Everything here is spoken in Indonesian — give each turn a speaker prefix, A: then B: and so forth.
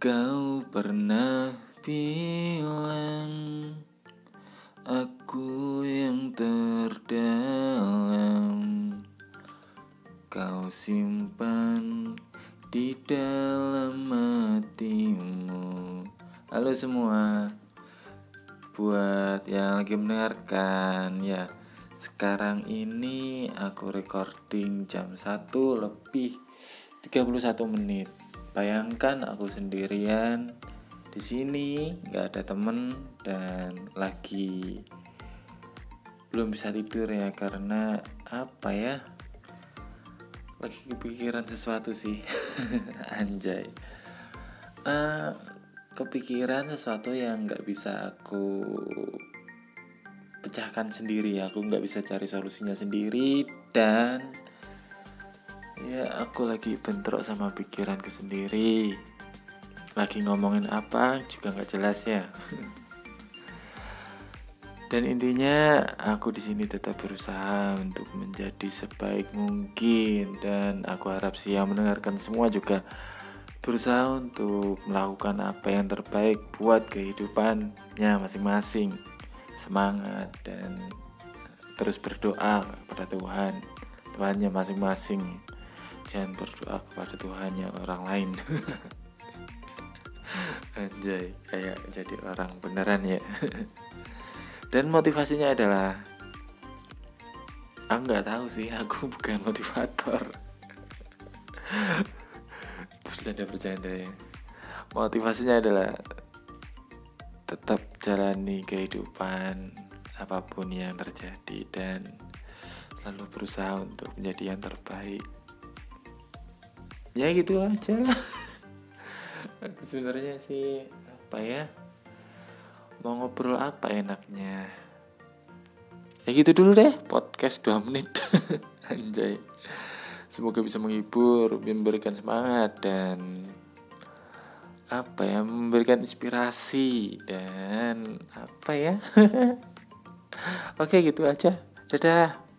A: Kau pernah bilang aku yang terdalam, kau simpan di dalam hatimu. Halo semua, buat yang lagi mendengarkan ya. Sekarang ini aku recording jam 1:31. Bayangkan aku sendirian di sini, nggak ada temen dan lagi belum bisa tidur ya, karena apa ya? Lagi kepikiran sesuatu sih. Anjay. Kepikiran sesuatu yang nggak bisa aku pecahkan sendiri. Aku nggak bisa cari solusinya sendiri dan ya aku lagi bentrok sama pikiranku sendiri. Lagi ngomongin apa juga nggak jelas ya. Dan intinya aku di sini tetap berusaha untuk menjadi sebaik mungkin, dan aku harap sih yang mendengarkan semua juga berusaha untuk melakukan apa yang terbaik buat kehidupannya masing-masing. Semangat dan terus berdoa kepada Tuhannya masing-masing. Jangan berdoa kepada Tuhannya orang lain. Anjay, kayak jadi orang beneran ya. Dan motivasinya adalah, aku nggak tahu sih, aku bukan motivator. Bercanda ya. Motivasinya adalah tetap jalani kehidupan apapun yang terjadi dan selalu berusaha untuk menjadi yang terbaik. Ya gitu aja lah. Sebenarnya sih apa ya, mau ngobrol apa enaknya, ya gitu dulu deh, podcast 2 menit. Anjay, semoga bisa menghibur, memberikan semangat dan apa ya, memberikan inspirasi dan apa ya. Oke gitu aja, dadah.